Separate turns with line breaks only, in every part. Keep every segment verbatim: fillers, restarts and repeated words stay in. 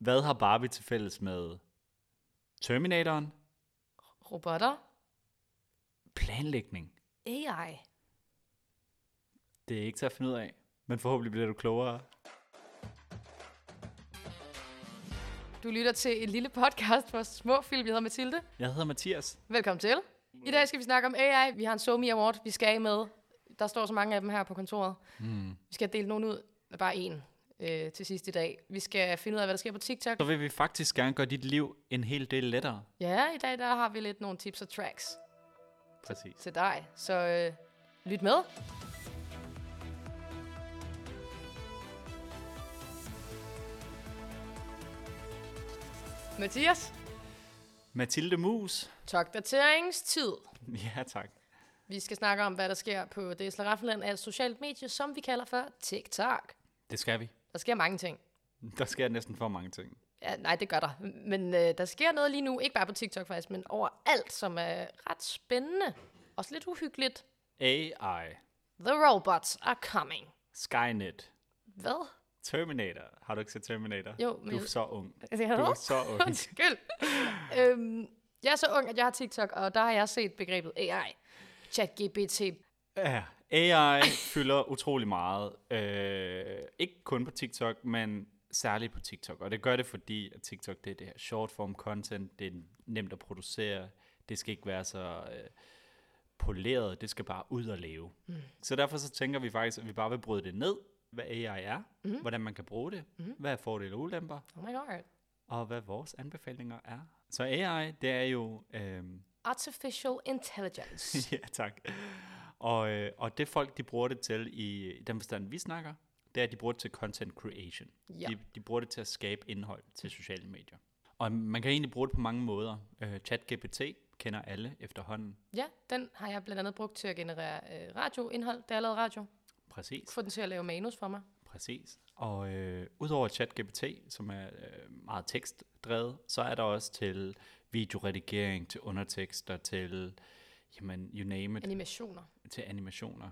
Hvad har Barbie til fælles med Terminatoren?
Robotter.
Planlægning.
A I.
Det er ikke til at finde ud af, men forhåbentlig bliver du klogere.
Du lytter til en lille podcast for små film. Jeg hedder Mathilde.
Jeg hedder Mathias.
Velkommen til. I dag skal vi snakke om A I. Vi har en SoMe Award, vi skal af med. Der står så mange af dem her på kontoret.
Hmm.
Vi skal dele nogen ud. Bare en øh, til sidst i dag. Vi skal finde ud af, hvad der sker på TikTok.
Så vil vi faktisk gerne gøre dit liv en hel del lettere.
Ja, i dag der har vi lidt nogle tips og tracks
Præcis.
til dig. Så øh, lyt med. Mathias.
Mathilde Mus.
Opdateringstid.
Ja, tak.
Vi skal snakke om, hvad der sker på det slaraffenland af et socialt medie, som vi kalder for TikTok.
Det skal vi.
Der sker mange ting.
Der sker næsten for mange ting.
Ja, nej, det gør der. Men øh, der sker noget lige nu, ikke bare på TikTok faktisk, men overalt, som er ret spændende. Også lidt uhyggeligt.
A I.
The robots are coming.
Skynet.
Hvad?
Terminator. Har du ikke set Terminator?
Jo, men...
Du er så ung.
Du
Du er så ung.
Undskyld. øhm, jeg er så ung, at jeg har TikTok, og der har jeg set begrebet A I. ChatGPT.
Ja, A I fylder utrolig meget. Øh, ikke kun på TikTok, men særligt på TikTok. Og det gør det, fordi at TikTok det er det her short form content. Det er nemt at producere. Det skal ikke være så øh, poleret. Det skal bare ud og leve. Mm. Så derfor så tænker vi faktisk, at vi bare vil bryde det ned. Hvad A I er, mm. hvordan man kan bruge det, mm. hvad er fordele og ulemper,
Oh my god.
og hvad vores anbefalinger er. Så A I, det er jo... Øhm,
Artificial intelligence.
ja, tak. Og, øh, og det folk, de bruger det til i, i den forstand, vi snakker, det er, at de bruger det til content creation.
Ja.
De, de bruger det til at skabe indhold til sociale medier. Og man kan egentlig bruge det på mange måder. Uh, ChatGPT kender alle efterhånden.
Ja, den har jeg blandt andet brugt til at generere øh, radioindhold, da jeg lavede radio.
Præcis.
Få den til at lave manus for mig.
Præcis. Og øh, udover ChatGPT, som er øh, meget tekstdrevet, så er der også til videoredigering, til undertekster, til, jamen, you name it.
Animationer.
Til animationer.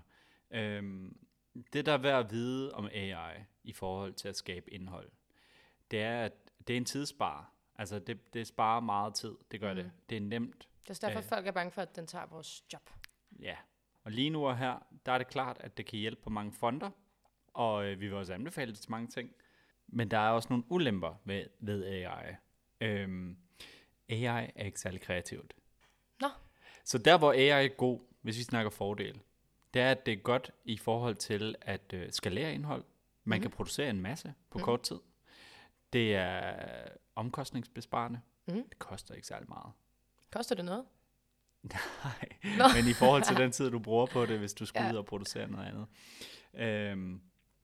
Øhm, det, der er værd at vide om A I i forhold til at skabe indhold, det er, at det er en tidssparer. Altså, det, det sparer meget tid. Det gør mm. det. Det er nemt.
Det er derfor,
Øh.
folk er bange for, at den tager vores job.
Ja. Og lige nu og her, der er det klart, at det kan hjælpe på mange fonder, og øh, vi vil også anbefale det til mange ting. Men der er også nogle ulemper ved, ved A I. Øhm, A I er ikke særlig kreativt.
Nå.
Så der, hvor A I er god, hvis vi snakker fordel, det er, at det er godt i forhold til at øh, skalere indhold. Man mm. kan producere en masse på mm. kort tid. Det er omkostningsbesparende. Mm. Det koster ikke særlig meget.
Koster det noget?
Nej, Nå. Men i forhold til den tid, du bruger på det, hvis du skal ja. ud og producere noget andet. Øhm,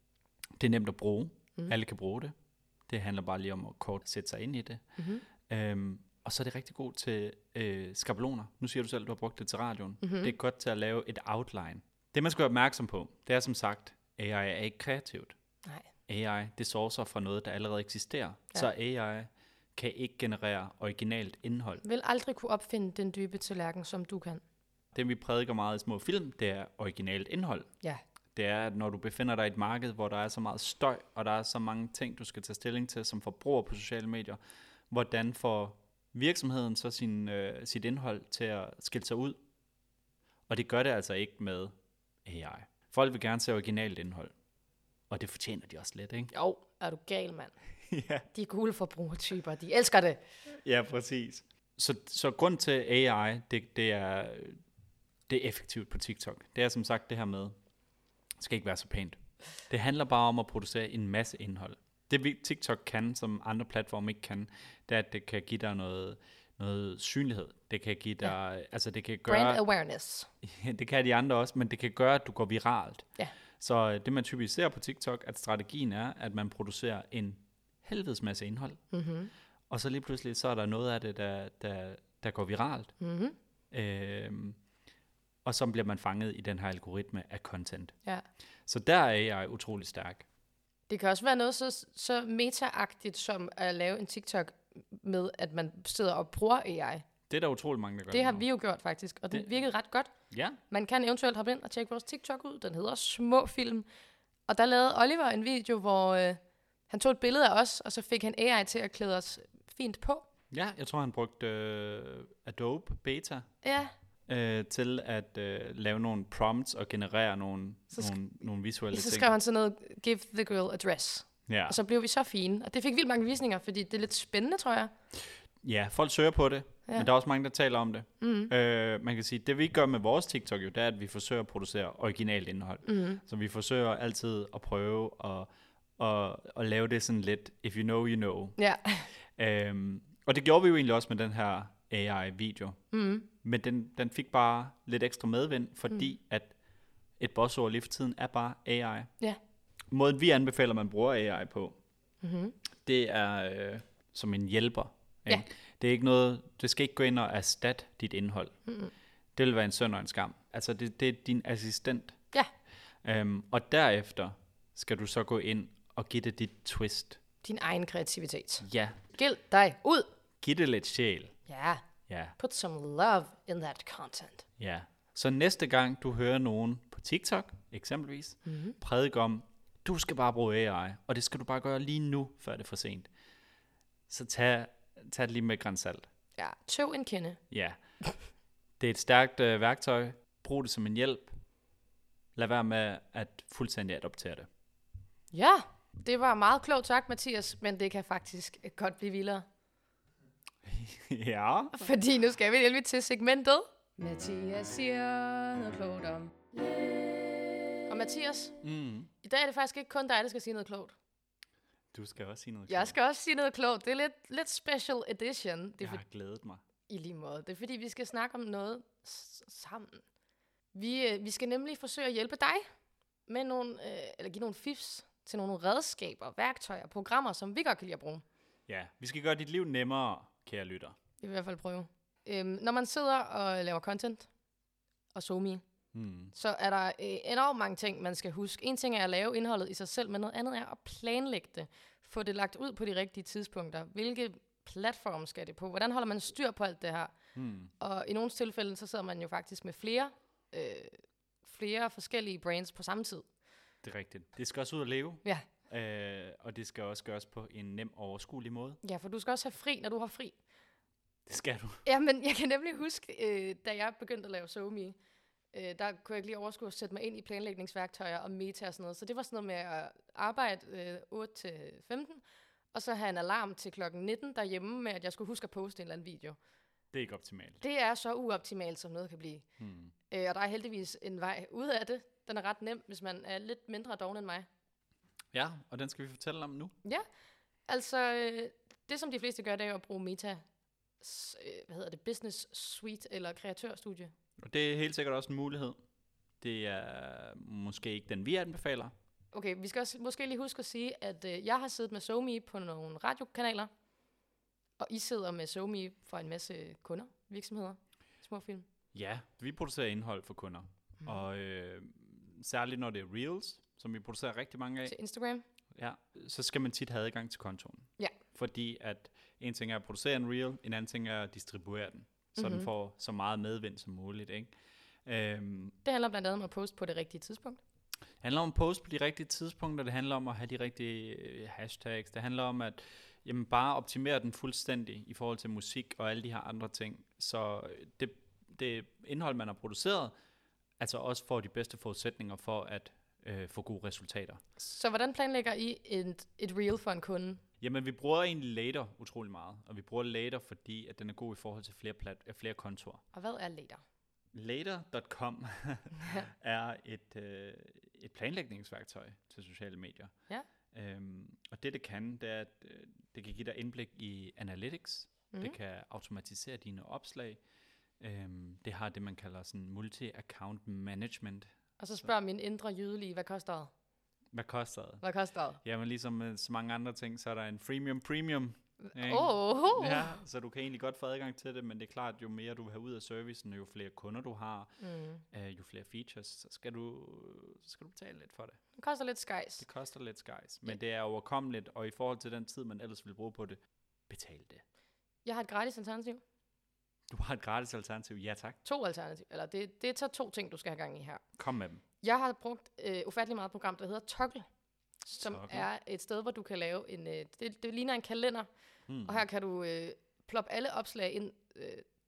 det er nemt at bruge. Mm. Alle kan bruge det. Det handler bare lige om at kort sætte sig ind i det. Mm-hmm. Øhm, og så er det rigtig godt til øh, skabeloner. Nu siger du selv, at du har brugt det til radioen. Mm-hmm. Det er godt til at lave et outline. Det, man skal være opmærksom på, det er som sagt, A I er ikke kreativt.
Nej.
A I, det sourcer fra noget, der allerede eksisterer. Ja. Så A I kan ikke generere originalt indhold.
Vil aldrig kunne opfinde den dybe tallerken, som du kan.
Det, vi prædiker meget i små film, det er originalt indhold.
Ja.
Det er, at når du befinder dig i et marked, hvor der er så meget støj, og der er så mange ting, du skal tage stilling til som forbruger på sociale medier, hvordan får virksomheden så sin, øh, sit indhold til at skille sig ud? Og det gør det altså ikke med A I. Folk vil gerne se originalt indhold, og det fortjener de også lidt, ikke?
Jo, er du gal, mand.
Ja.
De er gule forbrugertyper, de elsker det.
Ja, præcis. Så, så grund til A I, det, det, er, det er effektivt på TikTok. Det er som sagt det her med, det skal ikke være så pænt. Det handler bare om at producere en masse indhold. Det TikTok kan, som andre platforme ikke kan, det er, at det kan give dig noget, noget synlighed. Det kan give dig, ja. altså det kan gøre...
Brand awareness.
Det kan de andre også, men det kan gøre, at du går viralt.
Ja.
Så det man typisk ser på TikTok, at strategien er, at man producerer en helvedes masse indhold. Mm-hmm. Og så lige pludselig, så er der noget af det, der, der, der går viralt. Mm-hmm. Øhm, og så bliver man fanget i den her algoritme af content. Ja. Så der er A I utrolig stærk.
Det kan også være noget så, så meta-agtigt, som at lave en TikTok med, at man sidder og bruger A I.
Det er der utrolig mange, der gør.
Det har vi jo gjort faktisk, og det, det virkede ret godt.
Ja.
Man kan eventuelt hoppe ind og tjekke vores TikTok ud. Den hedder Små Film. Og der lavede Oliver en video, hvor øh, Han tog et billede af os, og så fik han A I til at klæde os fint på.
Ja, jeg tror, han brugte øh, Adobe Beta
Ja.
øh, til at øh, lave nogle prompts og generere nogle,
Så sk-
nogle, nogle visuelle
Så
ting.
skrev han sådan noget, give the girl a dress.
Ja.
Og så blev vi så fine. Og det fik vildt mange visninger, fordi det er lidt spændende, tror jeg.
Ja, folk søger på det, ja. Men der er også mange, der taler om det.
Mm.
Øh, man kan sige, det vi gør med vores TikTok jo, det er, at vi forsøger at producere originalt indhold.
Mm.
Så vi forsøger altid at prøve at, at, at lave det sådan lidt, if you know, you know.
Ja.
Øhm, og det gjorde vi jo egentlig også med den her A I-video.
Mm.
Men den, den fik bare lidt ekstra medvind, fordi mm. at et buzzord lige for tiden er bare A I.
Ja.
Måden vi anbefaler, man bruger A I på,
Mm-hmm.
det er øh, som en hjælper.
Ja.
Ikke? Det er ikke noget, det skal ikke gå ind og erstatte dit indhold.
Mm-hmm.
Det vil være en synd og en skam. Altså det, det er din assistent.
Ja.
Øhm, og derefter skal du så gå ind og give det dit twist.
Din egen kreativitet.
Ja.
Gild dig ud.
Giv det lidt sjæl.
Ja.
Ja.
Put some love in that content.
Ja. Så næste gang du hører nogen på TikTok, eksempelvis,
Mm-hmm.
prædike om, du skal bare bruge A I, og det skal du bare gøre lige nu, før det er for sent. Så tag, tag det lige med grænsalt.
Ja. Tøv en kende.
Ja. Det er et stærkt øh, værktøj. Brug det som en hjælp. Lad være med at fuldstændig adoptere det.
Ja. Det var meget klogt sagt, Mathias, men det kan faktisk godt blive vildere.
Ja.
Fordi nu skal vi nemlig til segmentet. Mathias siger noget klogt om. Og Mathias,
Mm.
i dag er det faktisk ikke kun dig, der skal sige noget klogt.
Du skal også sige noget.
Jeg skal også sige noget klogt. Det er lidt, lidt special edition. Det er
Jeg
for,
har glædet mig.
I lige måde. Det er fordi, vi skal snakke om noget s- sammen. Vi, øh, vi skal nemlig forsøge at hjælpe dig med nogle, øh, eller give nogle fifs til nogle redskaber, værktøjer, programmer, som vi godt kan lide at bruge.
Ja, vi skal gøre dit liv nemmere, kære lytter.
Vi vil i hvert fald prøve. Øhm, når man sidder og laver content, og SoMe,
Mm.
så er der øh, enormt mange ting, man skal huske. En ting er at lave indholdet i sig selv, men noget andet er at planlægge det. Få det lagt ud på de rigtige tidspunkter. Hvilke platform skal det på? Hvordan holder man styr på alt det her?
Mm.
Og i nogle tilfælde, så sidder man jo faktisk med flere, øh, flere forskellige brands på samme tid.
Det er rigtigt. Det skal også ud at leve.
Ja.
Øh, og det skal også gøres på en nem, overskuelig måde.
Ja, for du skal også have fri, når du har fri.
Det skal du.
Ja, men jeg kan nemlig huske, øh, da jeg begyndte at lave SoMe, øh, der kunne jeg ikke lige overskue at sætte mig ind i planlægningsværktøjer og meta og sådan noget. Så det var sådan noget med at arbejde øh, otte til femten, og så have en alarm til klokken nitten derhjemme med, at jeg skulle huske at poste en eller anden video.
Det er ikke optimalt.
Det er så uoptimalt, som noget kan blive.
Hmm.
Øh, og der er heldigvis en vej ud af det. Den er ret nem, hvis man er lidt mindre doven end mig.
Ja, og den skal vi fortælle om nu.
Ja, altså øh, det som de fleste gør, det er jo at bruge Meta, s- øh, hvad hedder det, Business Suite eller kreatørstudie.
Og det er helt sikkert også en mulighed. Det er måske ikke den, vi anbefaler.
Okay, vi skal også måske lige huske at sige, at øh, jeg har siddet med SoMe på nogle radiokanaler, og I sidder med SoMe for en masse kunder, virksomheder, små film.
Ja, vi producerer indhold for kunder. Mm. Og øh, særligt når det er Reels, som vi producerer rigtig mange af,
Til Instagram.
ja, så skal man tit have adgang til kontoen.
Ja.
Fordi at en ting er at producere en Reel, en anden ting er at distribuere den, så
Mhm.
den får så meget medvind som muligt. Ikke? Øhm,
Det handler blandt andet om at poste på det rigtige tidspunkt.
det handler om at poste på de rigtige tidspunkter, det handler om at have de rigtige øh, hashtags, det handler om at jamen, bare optimere den fuldstændig i forhold til musik og alle de her andre ting. Så det, det indhold, man har produceret, altså også får de bedste forudsætninger for at øh, få gode resultater.
Så hvordan planlægger I et, et reel for en kunde?
Jamen, vi bruger egentlig Later utrolig meget, og vi bruger Later, fordi at den er god i forhold til flere, plat- øh, flere kontorer.
Og hvad er later?
Later punktum com er et, øh, et planlægningsværktøj til sociale medier.
Ja.
Øhm, og det, det kan, det er, at øh, det kan give dig indblik i analytics.
Mhm.
Det kan automatisere dine opslag. Øhm, det har det, man kalder sådan multi-account management.
Og så spørger min indre jydelige, hvad koster det?
Hvad koster det?
Hvad koster det?
Jamen, ligesom med så mange andre ting, så er der en freemium premium. Ikke?
Åh!
Ja, så du kan egentlig godt få adgang til det, men det er klart, jo mere du vil have ud af servicen, jo flere kunder du har,
Mm.
øh, jo flere features, så skal du, så skal du betale lidt for det.
Det koster lidt skejs.
Det koster lidt skejs, men det er overkommeligt, og i forhold til den tid, man ellers ville bruge på det, betal det.
Jeg har et gratis alternativ.
Du har et gratis alternativ, ja tak.
To alternativ. Eller det, det er så to ting, du skal have gang i her.
Kom med dem.
Jeg har brugt øh, ufattelig meget program, der hedder Toggle, som
Toggle.
er et sted, hvor du kan lave en... Øh, det, det ligner en kalender,
Hmm.
og her kan du øh, ploppe alle opslag ind øh,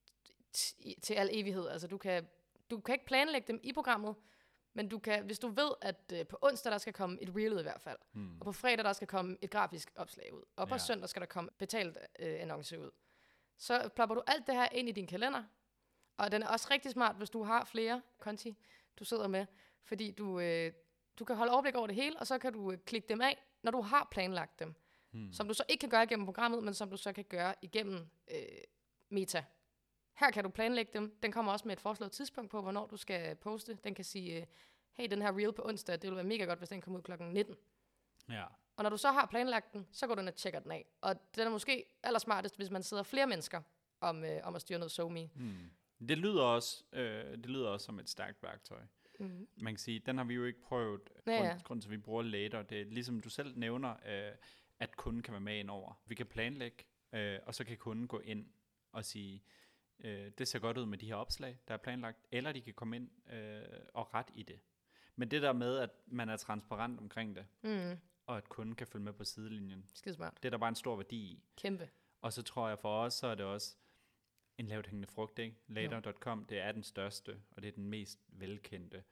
t- til al evighed. Altså, du kan, du kan ikke planlægge dem i programmet, men du kan, hvis du ved, at øh, på onsdag, der skal komme et reel ud i hvert fald,
Hmm.
og på fredag, der skal komme et grafisk opslag ud, og på
Ja.
søndag skal der komme betalt øh, annonce ud, så plopper du alt det her ind i din kalender, og den er også rigtig smart, hvis du har flere konti, du sidder med, fordi du, øh, du kan holde overblik over det hele, og så kan du øh, klikke dem af, når du har planlagt dem,
Hmm.
som du så ikke kan gøre igennem programmet, men som du så kan gøre igennem øh, Meta. Her kan du planlægge dem. Den kommer også med et foreslået tidspunkt på, hvornår du skal poste. Den kan sige, øh, hey, den her reel på onsdag, det ville være mega godt, hvis den kommer ud klokken nitten.
Ja.
Og når du så har planlagt den, så går du ind og tjekker den af. Og den er måske allersmartest, hvis man sidder flere mennesker om, øh, om at styre noget SoMe.
Hmm. Det lyder også, øh, det lyder også som et stærkt værktøj.
Mm.
Man kan sige, den har vi jo ikke prøvet.
Ja,
Grund,
ja.
Grunden til, at vi bruger Later, det er ligesom du selv nævner, øh, at kunden kan være med ind over. Vi kan planlægge, øh, og så kan kunden gå ind og sige, øh, det ser godt ud med de her opslag, der er planlagt, eller de kan komme ind øh, og ret i det. Men det der med, at man er transparent omkring det,
Mm.
og at kunden kan følge med på sidelinjen,
Skidesmart.
det er der bare en stor værdi i.
Kæmpe.
Og så tror jeg for os, så er det også en lavt hængende frugt, ikke? Later punktum com, det er den største, og det er den mest velkendte.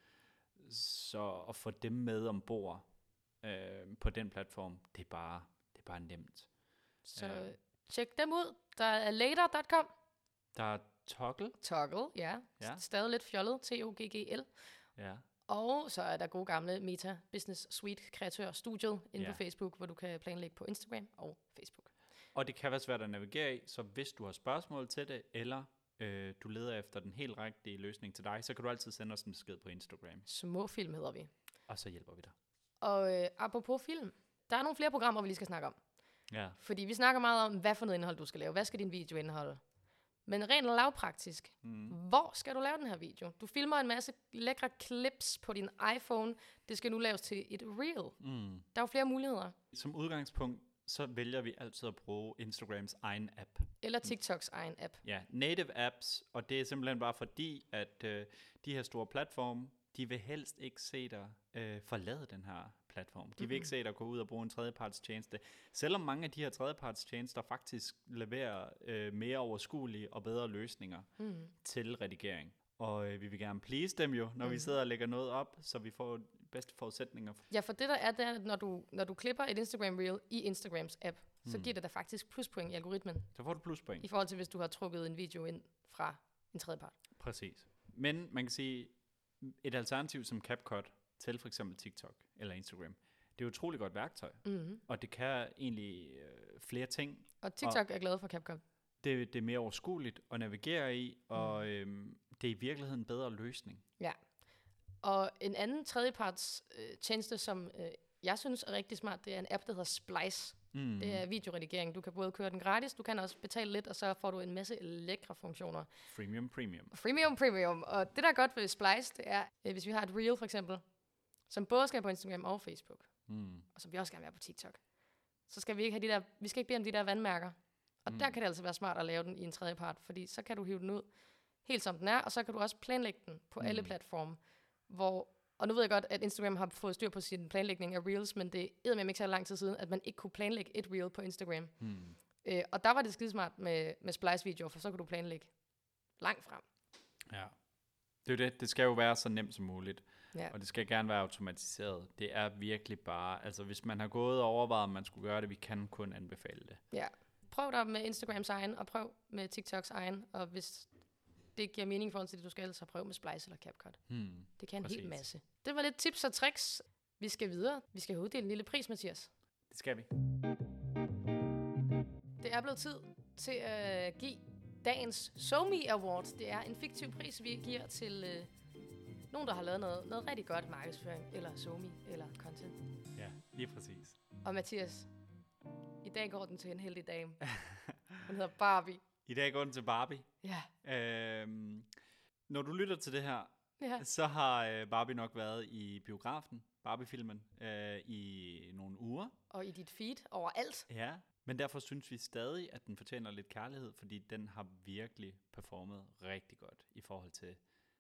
Så at få dem med ombord øh, på den platform, det er bare, det er bare nemt.
Så
Øh.
tjek dem ud. Der er later punktum com.
Der er Toggle.
Toggle, ja.
Ja.
Stadig lidt fjollet. T O G G L.
Ja.
Og så er der gode gamle Meta Business Suite kreatør studiet inde
Ja.
på Facebook, hvor du kan planlægge på Instagram og Facebook.
Og det kan være svært at navigere i, så hvis du har spørgsmål til det, eller øh, du leder efter den helt rigtige løsning til dig, så kan du altid sende os en besked på Instagram,
Små film hedder vi.
og så hjælper vi dig.
Og øh, apropos film, der er nogle flere programmer, vi lige skal snakke om.
Ja.
Fordi vi snakker meget om, hvad for noget indhold du skal lave. Hvad skal din video indeholde? Men rent lavpraktisk,
Mm.
hvor skal du lave den her video? Du filmer en masse lækre clips på din iPhone. Det skal nu laves til et reel.
Mm.
Der er jo flere muligheder.
Som udgangspunkt, så vælger vi altid at bruge Instagrams egen app.
Eller TikToks egen app.
Ja, native apps, og det er simpelthen bare fordi, at øh, de her store platforme, de vil helst ikke se dig øh, forlade den her platform. De vil ikke se dig gå ud og bruge en tredjeparts tjeneste. Selvom mange af de her tredjeparts tjenester faktisk leverer øh, mere overskuelige og bedre løsninger
Mm.
til redigering. Og øh, vi vil gerne please dem jo, når mm. vi sidder og lægger noget op, så vi får bedste forudsætninger.
Ja, for det der er, det er, at når du, når du klipper et Instagram Reel i Instagrams app, så
Mm.
giver det dig faktisk pluspoint i algoritmen,
Så får du pluspoint.
i forhold til hvis du har trukket en video ind fra en tredjepart.
Præcis. Men man kan sige, et alternativ som CapCut til for eksempel TikTok eller Instagram, det er et utroligt godt værktøj,
Mm-hmm.
og det kan egentlig øh, flere ting.
Og TikTok og er glad for CapCut.
Det, det er mere overskueligt at navigere i, og øhm, det er i virkeligheden en bedre løsning.
Ja. Og en anden tredjeparts øh, tjeneste, som øh, jeg synes er rigtig smart, det er en app, der hedder Splice.
Mm.
Det er videoredigering. Du kan både køre den gratis, du kan også betale lidt, og så får du en masse lækre funktioner.
Freemium, premium.
Freemium, premium. Og det, der er godt ved Splice, det er, øh, hvis vi har et reel for eksempel, som både skal på Instagram og Facebook,
Mm.
og som vi også gerne vil have på TikTok, så skal vi ikke have de der, vi skal ikke bede om de der vandmærker. Og
Mm.
der kan det altså være smart at lave den i en tredje part, fordi så kan du hive den ud helt som den er, og så kan du også planlægge den på mm. alle platforme, hvor, og nu ved jeg godt, at Instagram har fået styr på sin planlægning af Reels, men det er med ikke så lang tid siden, at man ikke kunne planlægge et Reel på Instagram.
Mm.
Øh, og der var det skidesmart med, med Splice-videoer, for så kunne du planlægge langt frem.
Ja. Det er jo det. Det skal jo være så nemt som muligt.
Ja.
Og det skal gerne være automatiseret. Det er virkelig bare, altså hvis man har gået og overvejet, om man skulle gøre det, vi kan kun anbefale det.
Ja. Prøv dig med Instagrams egen, og prøv med TikToks egen, og hvis det giver mening for til det, du skal, så prøv med Splice eller CapCut.
Hmm.
Det kan en
Præcis.
hel masse. Det var lidt tips og tricks. Vi skal videre. Vi skal have uddelt en lille pris, Mathias.
Det skal vi.
Det er blevet tid til at give dagens SoMe Award. Det er en fiktiv pris, vi giver til øh, nogen, der har lavet noget, noget rigtig godt markedsføring, eller SoMe, eller content.
Ja, lige præcis.
Og Mathias, i dag går den til en heldig dame. Hun hedder Barbie.
I dag går den til Barbie.
Ja.
Øhm, når du lytter til det her,
Ja.
så har øh, Barbie nok været i biografen, Barbie-filmen, øh, i nogle uger.
Og i dit feed overalt.
Ja, men derfor synes vi stadig, at den fortjener lidt kærlighed, fordi den har virkelig performet rigtig godt i forhold til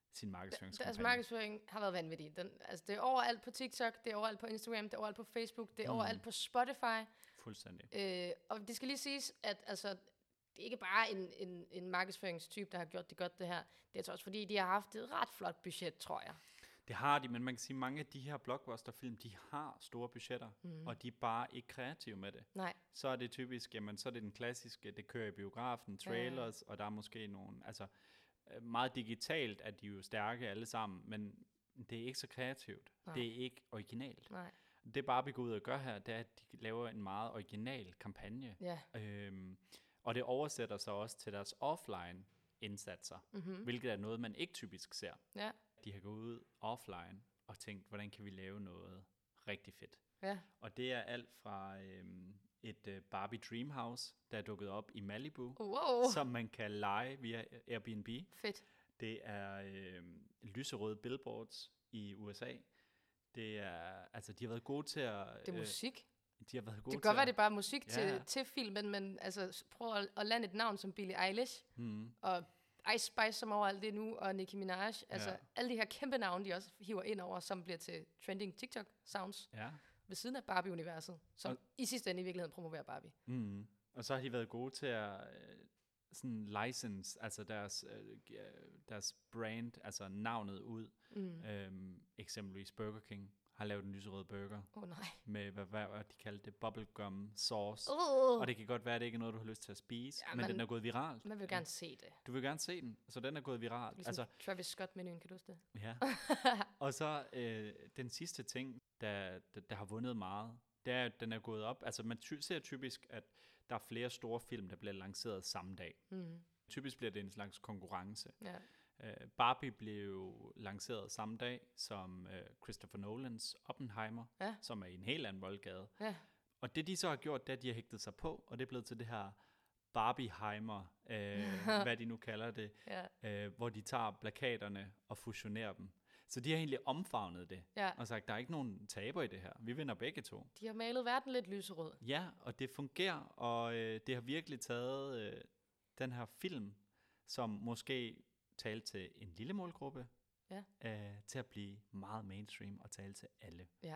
sin markedsføringskampagne.
Deres markedsføring har været vanvittig. Den, altså, det er overalt på TikTok, det er overalt på Instagram, det er overalt på Facebook, det er mm. overalt på Spotify.
Fuldstændig.
Øh, og det skal lige siges, at altså, det er ikke bare en, en, en markedsføringstype, der har gjort det godt, det her. Det er altså også fordi, de har haft et ret flot budget, tror jeg.
Det har de, men man kan sige, at mange af de her blockbusterfilm, de har store budgetter, mm. og de er bare ikke kreative med det.
Nej.
Så er det typisk, jamen så er det den klassiske, det kører i biografen, trailers, ja. Og der er måske nogle, altså meget digitalt er de jo stærke alle sammen, men det er ikke så kreativt. Nej. Det er ikke originalt.
Nej.
Det Barbie går ud og gør her, det er, at de laver en meget original kampagne.
Ja.
Øhm, og det oversætter sig også til deres offline indsatser, mm-hmm. hvilket er noget, man ikke typisk ser.
Ja.
De har gået ud offline og tænkt, hvordan kan vi lave noget rigtig fedt.
Ja.
Og det er alt fra øhm, et uh, Barbie Dreamhouse, der er dukket op i Malibu,
wow.
som man kan lege via Airbnb.
Fedt.
Det er øhm, lyserøde billboards i U S A. Det er, altså de har været gode til at...
Det er musik.
Øh, de har været gode
det kan godt
at,
være, det er bare musik
ja.
til, til filmen, men altså prøv at, at lande et navn som Billie Eilish, mm. og Ice Spice, som overalt det nu, og Nicki Minaj. Altså ja. Alle de her kæmpe navne, de også hiver ind over, som bliver til trending TikTok-sounds.
Ja.
Ved siden af Barbie-universet, som og, i sidste ende i virkeligheden promoverer Barbie.
Mm. Og så har de været gode til at øh, sådan license, altså deres, øh, deres brand, altså navnet ud. Mm. Øhm, eksempelvis Burger King har lavet en lyserød burger.
Åh oh, nej.
Med, hvad, hvad, hvad de kaldte det, bubblegum sauce.
Uh.
Og det kan godt være, at det ikke er noget, du har lyst til at spise, ja, men man, den er gået viralt.
Man vil gerne se det.
Du vil gerne se den, så den er gået viralt.
Ligesom
altså,
Travis Scott-menuen, kan du huske det?
Ja. Og så øh, den sidste ting, der, der, der har vundet meget, det er, at den er gået op. Altså man ty- ser typisk, at der er flere store film, der bliver lanceret samme dag. Mm. Typisk bliver det en slags konkurrence.
Ja.
Uh, Barbie blev lanceret samme dag som uh, Christopher Nolans Oppenheimer, ja. Som er i en helt anden boldgade.
Ja.
Og det de så har gjort, det er, at de har hægtet sig på, og det er blevet til det her Barbieheimer, uh, hvad de nu kalder det, ja. uh, hvor de tager plakaterne og fusionerer dem. Så de har egentlig omfavnet det, ja. Og sagt, der er ikke nogen taber i det her. Vi vinder begge to.
De har malet verden lidt lyserød.
Ja, og det fungerer, og øh, det har virkelig taget øh, den her film, som måske talte til en lille målgruppe, ja. øh, til at blive meget mainstream og tale til alle.
Ja.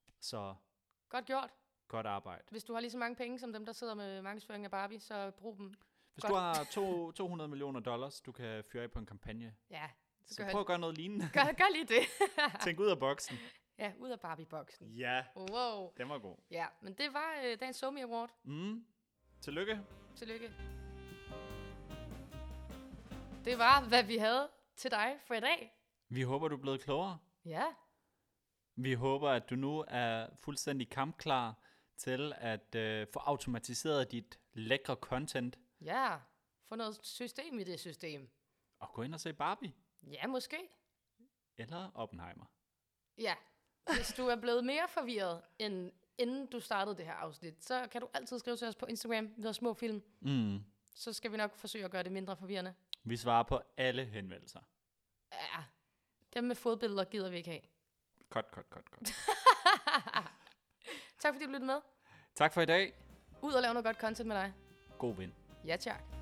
Så
godt gjort.
Godt arbejde.
Hvis du har lige så mange penge som dem, der sidder med markedsføring af Barbie, så brug dem.
Hvis godt. Du har to, to hundrede millioner dollars, du kan fyre af på en kampagne.
Ja.
Så, så prøv at gøre noget lignende.
Gør, gør lige det.
Tænk ud af boksen.
Ja, ud af Barbie-boksen.
Ja,
wow.
Den var god.
Ja, men det var øh, dagens SoMe Award.
Mm. Tillykke.
Tillykke. Det var, hvad vi havde til dig for i dag.
Vi håber, du er blevet klogere.
Ja.
Vi håber, at du nu er fuldstændig kampklar til at øh, få automatiseret dit lækre content.
Ja, få noget system i det system.
Og gå ind og se Barbie.
Ja, måske.
Eller Oppenheimer.
Ja, hvis du er blevet mere forvirret, end inden du startede det her afsnit, så kan du altid skrive til os på Instagram, vi hedder Små Film. Mm. Så skal vi nok forsøge at gøre det mindre forvirrende.
Vi svarer på alle henvendelser.
Ja, dem med fodbilleder gider vi ikke have.
Godt, godt, godt, godt.
Tak fordi du lyttede med.
Tak for i dag.
Ud og lave noget godt content med dig.
God vind.
Ja, tak.